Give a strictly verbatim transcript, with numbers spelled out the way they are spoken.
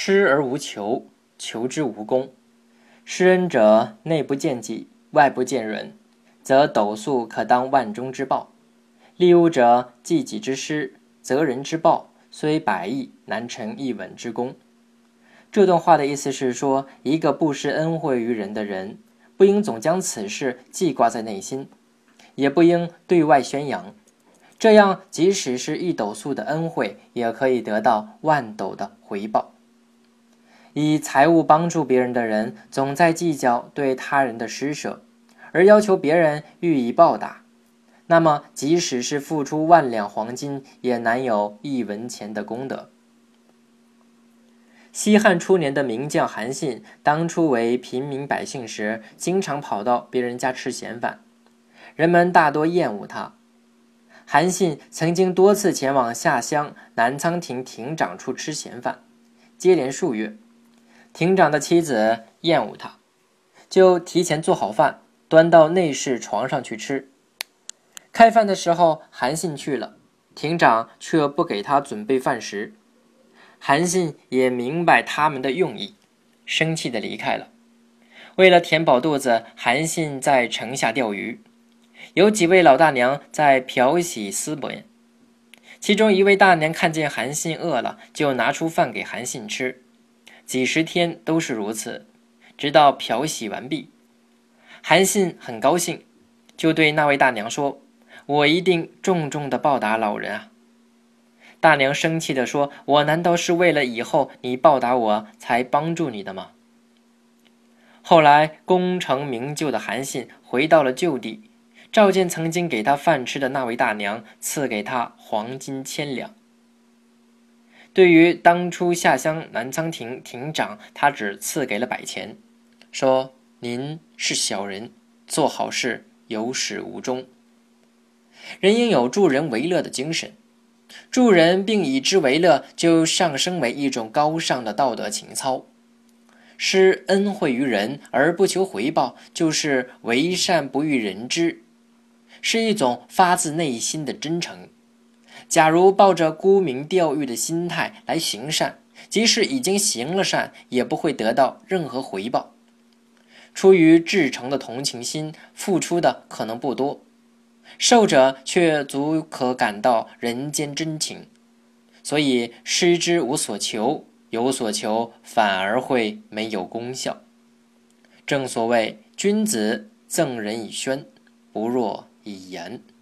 施而无求，求之无功。施恩者，内不见己，外不见人，则斗粟可当万钟之报；利物者，济己之师，则人之报，虽百亿，难成一吻之功。这段话的意思是说，一个不施恩惠于人的人，不应总将此事记挂在内心，也不应对外宣扬，这样即使是一斗粟的恩惠，也可以得到万斗的回报。以财物帮助别人的人，总在计较对他人的施舍，而要求别人予以报答，那么即使是付出万两黄金，也难有一文钱的功德。西汉初年的名将韩信，当初为平民百姓时，经常跑到别人家吃闲饭，人们大多厌恶他。韩信曾经多次前往下乡南仓亭亭长处吃闲饭，接连数月，亭长的妻子厌恶他，就提前做好饭，端到内室床上去吃。开饭的时候，韩信去了，亭长却不给他准备饭食。韩信也明白他们的用意，生气地离开了。为了填饱肚子，韩信在城下钓鱼，有几位老大娘在漂洗丝帛，其中一位大娘看见韩信饿了，就拿出饭给韩信吃，几十天都是如此，直到漂洗完毕。韩信很高兴，就对那位大娘说：“我一定重重地报答老人啊。”大娘生气地说：“我难道是为了以后你报答我才帮助你的吗？”后来功成名就的韩信回到了旧地，召见曾经给他饭吃的那位大娘，赐给他黄金千两。对于当初下乡南仓亭亭长，他只赐给了百钱，说：“您是小人，做好事有始无终。”人应有助人为乐的精神，助人并以之为乐，就上升为一种高尚的道德情操。施恩惠于人而不求回报，就是为善不欲人知，是一种发自内心的真诚。假如抱着沽名钓誉的心态来行善，即使已经行了善，也不会得到任何回报。出于至诚的同情心，付出的可能不多，受者却足可感到人间真情，所以施之无所求，有所求反而会没有功效。正所谓君子赠人以宣，不若以言。